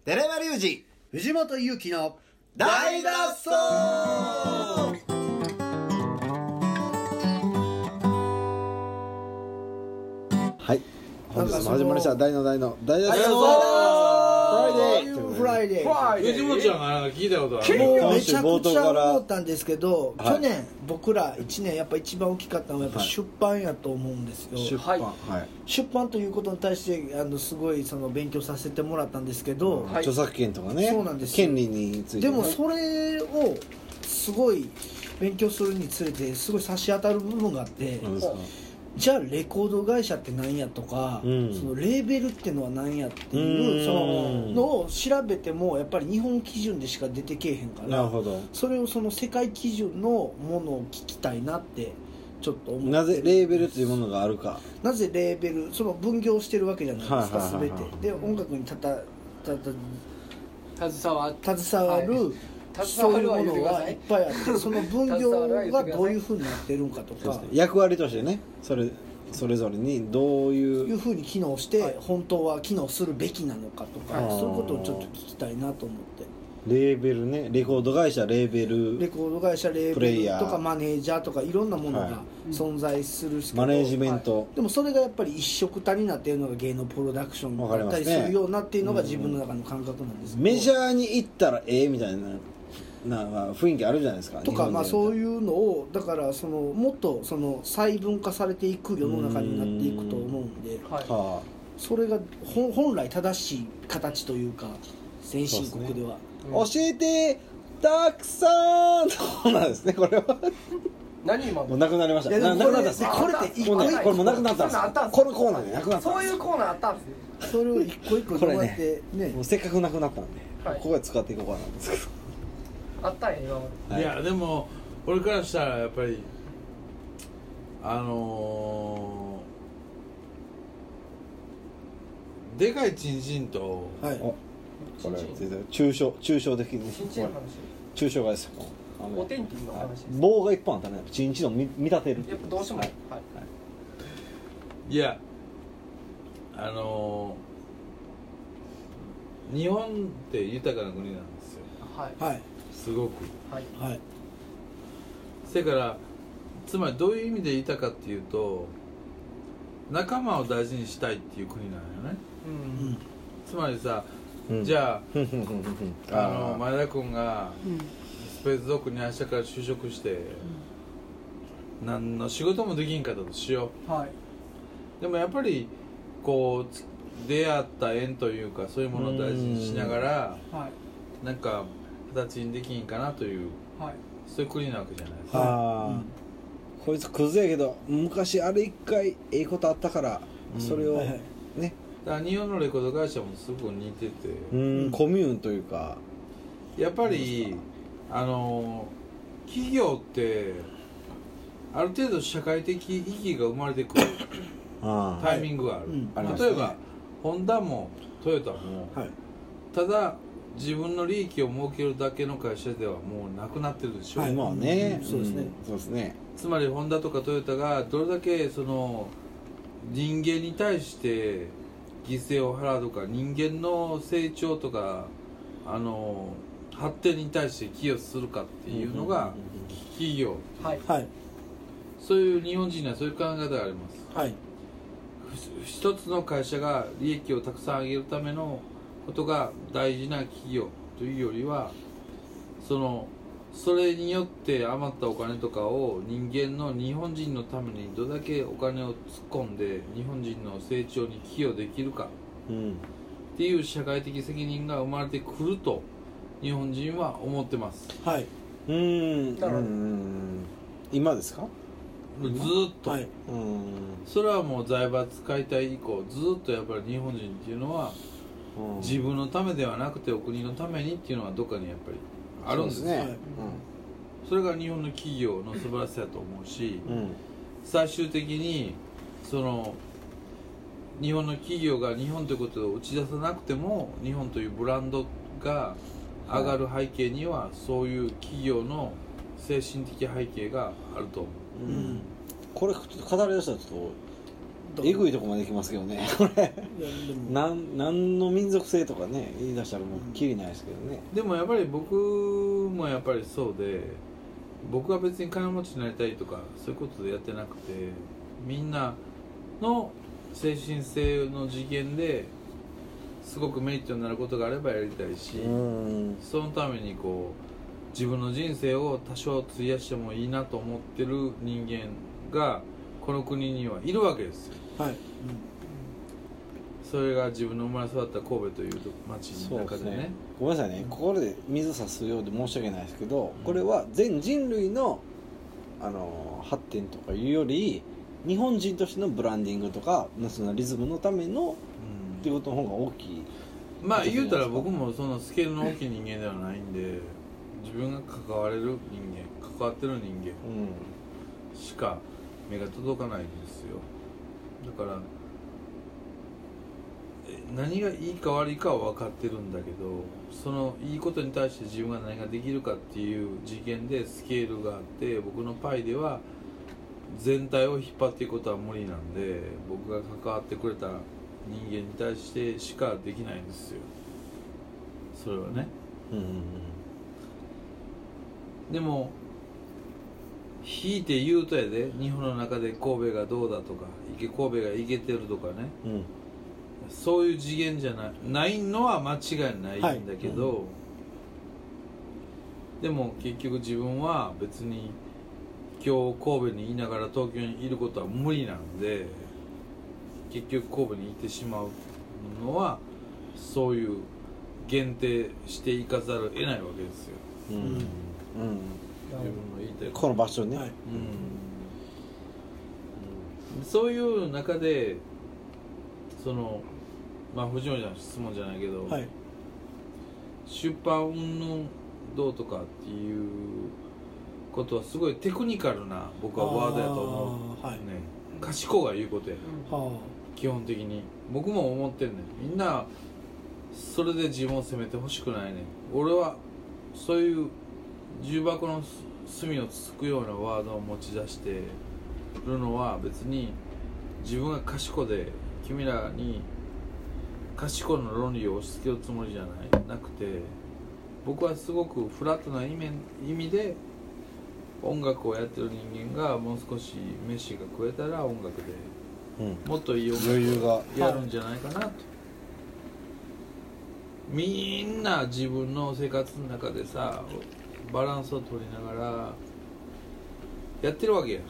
寺山隆二藤本勇樹の大脱走。 はい、本日も始まりました大の大の大脱走フライデー。 藤本ちゃんがなんか聞いたことある。 もうめちゃくちゃ思ったんですけど、去年僕ら1年やっぱ一番大きかったのはやっぱ出版やと思うんですよ。出版ということに対してすごいその勉強させてもらったんですけど、 著作権とかね、 そうなんです権利について、 でもそれをすごい勉強するにつれてすごい差し当たる部分があって、じゃあレコード会社って何やとか、そのレーベルってのは何やっていうそののを調べてもやっぱり日本基準でしか出てけえへんから、 なるほど、 それをその世界基準のものを聞きたいなってちょっと思って、 なぜレーベルというものがあるか、 なぜレーベルその分業してるわけじゃないですか、全てで音楽に携わる、そういうものがいっぱいあって、その分業がどういうふうになってるんかとか、 役割としてね、それぞれにどういうふうに機能して本当は機能するべきなのかとか、そういうことをちょっと聞きたいなと思って。 レーベルね、レコード会社、レーベル、 レコード会社、レーベルとかマネージャーとかいろんなものが存在するし、 マネージメント、 でもそれがやっぱり一色たになっているのが芸能プロダクションだったりするようなっていうのが自分の中の感覚なんですけど、 メジャーに行ったらみたいな雰囲気あるじゃないですか。 とかそういうのをだからもっと細分化されていく世の中になっていくと思うんで、それが本来正しい形というか、先進国では教えてたくさんそうなんですね。これは何今もうなくなりました。なくなったんです。 これって一個一個これもなくなったんです。このコーナーでなくなった。 そういうコーナーあったんです。 それを一個一個こうやってね、 もうせっかくなくなったんで、ここで使っていこうかなんですけど。 あったんや今まで。 いやでも俺からしたらやっぱりでかいチンチンと、 これ抽象的に抽象画ですよ。 お天気の話です。 棒が一本あったね、チンチンを見立てる。 やっぱどうしてもいや日本って豊かな国なんですよ。 はい、 すごく。 はい。 それからつまりどういう意味で豊かっていうと、仲間を大事にしたいっていう国なんよね。つまりさ、じゃあ前田君がスペースドッグに明日から就職して、何の仕事もできんかったとしよう。でもやっぱりこう出会った縁というか、そういうものを大事にしながら、なんか形にできんかなという、そういう国なわけじゃないですか。 こいつクズやけど昔あれ一回ことあったから、それをね、 だから日本のレコード会社もすごく似てて、 コミューンというか、 やっぱり企業ってある程度社会的意義が生まれてくるタイミングがある。例えばホンダもトヨタも、ただ自分の利益を儲けるだけの会社ではもうなくなってるでしょ。 今はね、 そうですね。 そうですね。 つまりホンダとかトヨタがどれだけその人間に対して犠牲を払うとか、人間の成長とか発展に対して寄与するかっていうのが企業、そういう日本人にはそういう考え方があります。一つの会社が利益をたくさん上げるためのことが大事な企業というよりは、それによって余ったお金とかを人本人のためにどれだけお金を突っ込んで日本人の成長に寄与できるかっていう社会的責任が生まれてくると日本人は思ってます。 今ですか？ ずーっと、それはもう財閥解体以降ずーっとやっぱり日本人っていうのは、自分のためではなくてお国のためにっていうのはどっかにやっぱりあるんですね。それが日本の企業の素晴らしさだと思うし、最終的に日本の企業が日本ということを打ち出さなくても日本というブランドが上がる背景には、そういう企業の精神的背景があると思う。 これ語り出したらちょっとえぐいとこまで行きますけどねこれいやでも何の民族性とかね言い出したらもうきりないですけどね、 でもやっぱり僕もやっぱりそうで、僕は別に金持ちになりたいとかそういうことでやってなくて、みんなの精神性の次元ですごくメリットになることがあればやりたいし、そのためにこう自分の人生を多少費やしてもいいなと思ってる人間がこの国にはいるわけですよ。 はい、 それが自分の生まれ育った神戸という町の中でね。 ごめんなさいね、ここで水差すようで申し訳ないですけど、これは全人類の、発展とかいうより日本人としてのブランディングとかナショナリズムのための、っていうことの方が大きい。 まあ言うたら僕もそのスケールの大きい人間ではないんで、自分が関われる人間、関わってる人間しか目が届かないんですよ。だから何がいいか悪いかは分かってるんだけど、そのいいことに対して自分が何ができるかっていう次元でスケールがあって、僕のパイでは全体を引っ張っていくことは無理なんで、僕が関わってくれた人間に対してしかできないんですよ、それはね。でも引いて言うとやで、日本の中で神戸がどうだとか神戸がイケてるとかね、そういう次元じゃないのは間違いないんだけど、でも結局自分は別に今日神戸にいながら東京にいることは無理なんで、結局神戸にいてしまうのはそういう限定していかざるを得ないわけですよ。自分の言いたいこの場所ね、 そういう中でその藤森さんの質問じゃないけど、出版云々どうとかっていうことはすごいテクニカルな僕はワードやと思う、ね、賢が言うことや、基本的に僕も思ってんねん。みんなそれで自分を責めてほしくないねん。俺はそういう重箱の隅をつつくようなワードを持ち出してるのは、別に自分が賢で君らに賢の論理を押し付けるつもりじゃなくて、僕はすごくフラットな意味で音楽をやってる人間がもう少し飯が食えたら音楽でもっといい音楽をやるんじゃないかなと。みんな自分の生活の中でさ、バランスを取りながらやってるわけや、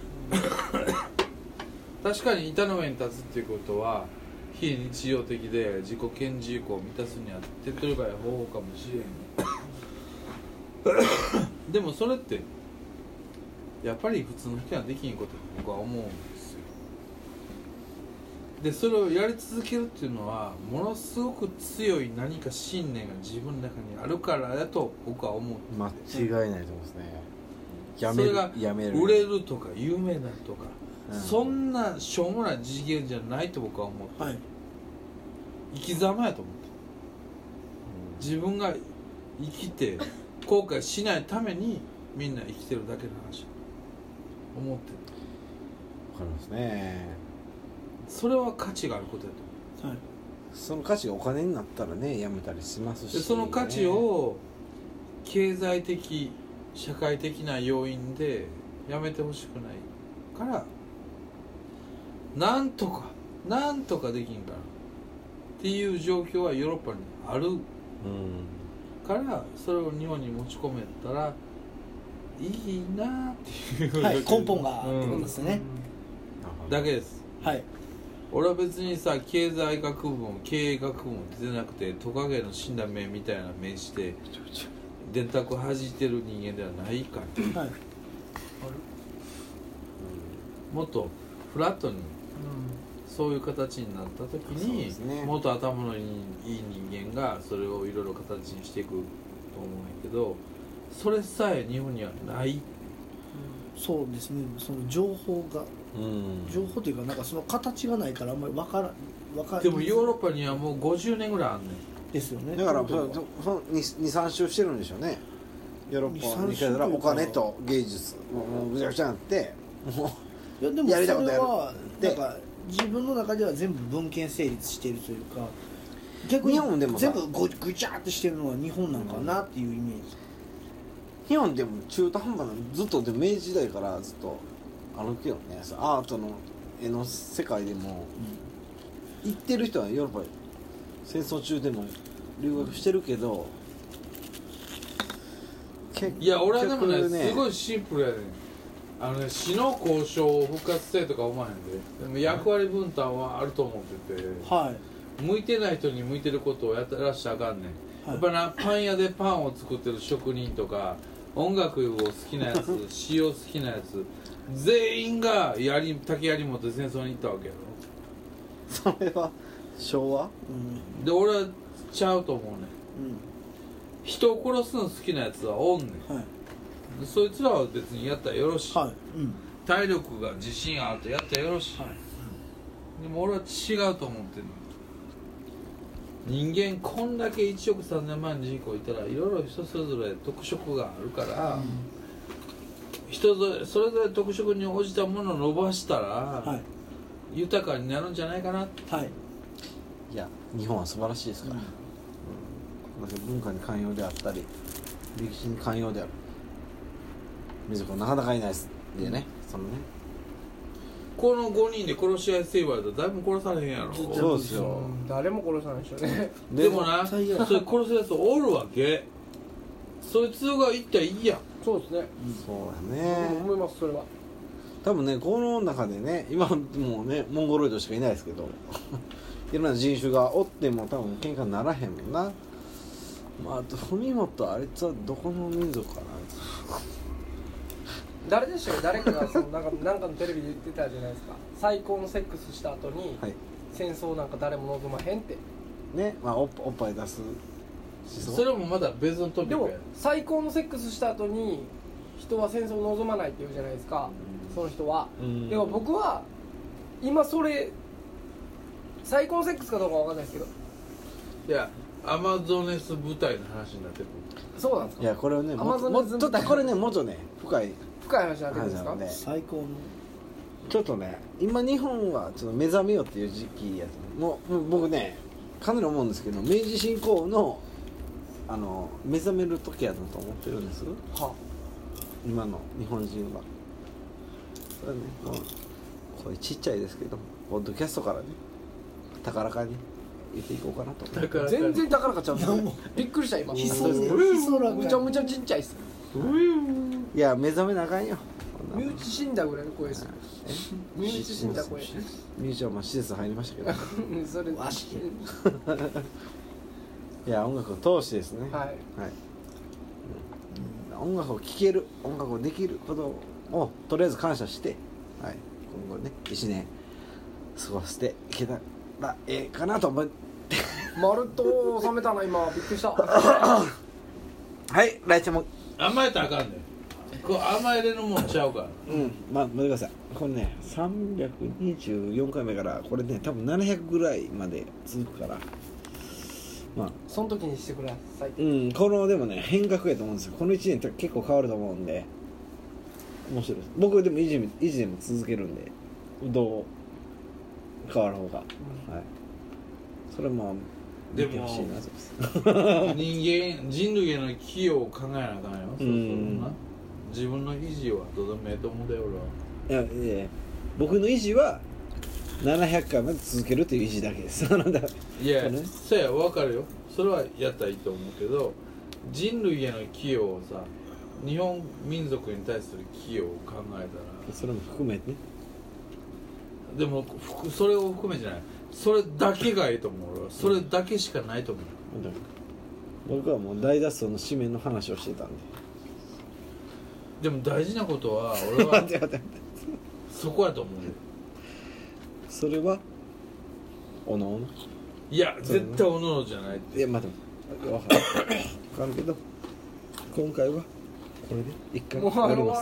確かに板の上に立つっていうことは非日常的で自己顕示欲を満たすには手っ取り早い方法かもしれんでもそれってやっぱり普通の人にはできんことだと僕は思うんですよ。でそれをやり続けるっていうのはものすごく強い何か信念が自分の中にあるからだと僕は思う。 間違いないと思いますね。 それが売れるとか有名なとか、そんなしょうもない次元じゃないと僕は思って、生き様やと思って、自分が生きて後悔しないためにみんな生きてるだけの話思ってる。 わかりますね。 それは価値があることやと思う、 その価値がお金になったらねやめたりしますし、 でその価値を経済的社会的な要因でやめてほしくないからなんとかできんかなっていう状況はヨーロッパにあるから、それを日本に持ち込めたらいいなっていう、 根本がってことですね、 だけです。俺は別にさ経済学部も経営学部も出てなくてトカゲの死んだ目みたいな目して電卓を弾いてる人間ではないから、もっとフラットに、そういう形になった時に、もっと頭のいい人間がそれをいろいろ形にしていくと思うんやけど、それさえ日本にはない。 そうですね。その情報が、情報というかなんかその形がないからあんまり分からでもヨーロッパにはもう50年ぐらいあんねんですよね。 だからその 2,3 周してるんでしょうね。ヨーロッパに行ったらお金と芸術もうぐちゃぐちゃになってもういやでもそれはなんか自分の中では全部文献成立しているというか、逆に日本でもさ全部ぐちゃってしてるのは日本なんかなっていうイメージ。 日本でも中途半端なずっとでも明治時代からずっとあるけどね、アートの絵の世界でも、行ってる人はヨーロッパ戦争中でも留学してるけど、 いや俺はでもね結局すごいシンプルやねん。死の交渉を復活せえとか思わへんで、でも役割分担はあると思ってて、 はい、 向いてない人に向いてることをやらしちゃあかんねん、やっぱなパン屋でパンを作ってる職人とか音楽を好きなやつ詩を好きなやつ全員が竹槍持って戦争に行ったわけやろ。 それは昭和、 で俺はちゃうと思うねん。人を殺すの好きなやつはおんねん、 はい、 そいつらは別にやったらよろしい、 はい、 体力が自信あるとやったらよろしい、 はい、 でも俺は違うと思ってる。人間こんだけ1億3000万人口いたらいろいろ人それぞれ特色があるから、それぞれ特色に応じたものを伸ばしたら、 はい、 豊かになるんじゃないかな。 はい、 いや日本は素晴らしいですから、文化に寛容であったり歴史に寛容である水子なかなかいないですでね、そのねこの5人で殺し合いせいわれたら誰も殺されへんやろ。 そうですよ。 誰も殺さないでしょうね。 でもなそれ殺すやつおるわけ。そいつが言ったらいいやん。 そうですね。 そうだね、 思いますそれは。 多分ねこの中でね今もうねモンゴロイドしかいないですけどいろんな人種がおっても多分喧嘩にならへんもんな。まああと文元あいつはどこの民族かな。 誰でしたっけ、誰かがそのなんかのテレビで言ってたじゃないですか。最高のセックスした後に、はい、戦争なんか誰も望まへんってね、まあおっぱい出すそれもまだ別のトピックや。 でも最高のセックスした後に人は戦争を望まないって言うじゃないですか、その人は。でも僕は今それ最高のセックスかどうかわかんないですけど、 いやアマゾネス部隊の話になってる。 そうなんですか。 いやこれはねもっとこれねもっとね深い話になってるんですか。 最高のちょっとね今日本はちょっと目覚めようっていう時期やつもう僕ねかなり思うんですけど明治侵攻の目覚める時やだと思ってるんです、今の日本人は。それねこれちっちゃいですけどポッドキャストからね高らかに言っていこうかなと。 全然高らかちゃうんですよ。びっくりした今。むちゃむちゃちっちゃいっす。 いや目覚めなあかんよ。 身内死んだぐらいの声ですよ。身内死んだ声。 身内はまあ施設入りましたけどそれわしいや音楽を通してですね、はい音楽を聴ける音楽をできることをとりあえず感謝して、はい、今後ね1年過ごしていけたらええかなと思ってまるっと収めたな今。びっくりしたはい来週も甘えたらあかんねん。これ甘えれるもんちゃうから。 まあ待ってください。これね324回目からこれね多分700ぐらいまで続くからまあその時にしてください。 このでもね変革やと思うんですよ。この1年結構変わると思うんで面白いです。僕でも維持でも続けるんでどう変わる方が、はいそれも見てほしいな。 人類への寄与を考えなあかんよ。そうな自分の維持はどうでもええと思うで俺は。 いや僕の維持は700回まで続けるという維持だけです。 いやそうや分かるよ。それはやったらいいと思うけど人類への寄与をさ日本民族に対する寄与を考えたらそれも含めてね。 でもそれを含めじゃないそれだけがいいと思う俺は。それだけしかないと思う。 僕はもう大脱走の締めの話をしてたんで。 でも大事なことは俺はそこやと思う。 それはおのおのいや絶対おのおのじゃないって。 いやまあでも分かるけど今回はこれで一回終わります。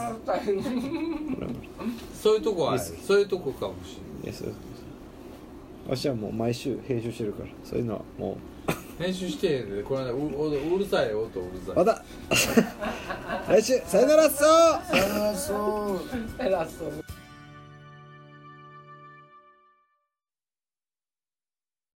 そういうとこはそういうとこかもしれない。 そうわしはもう毎週編集してるからそういうのはもう編集してんでこの間うるさい音うるさい。 また来週さよならっそー。 さよならっそー。 偉そう。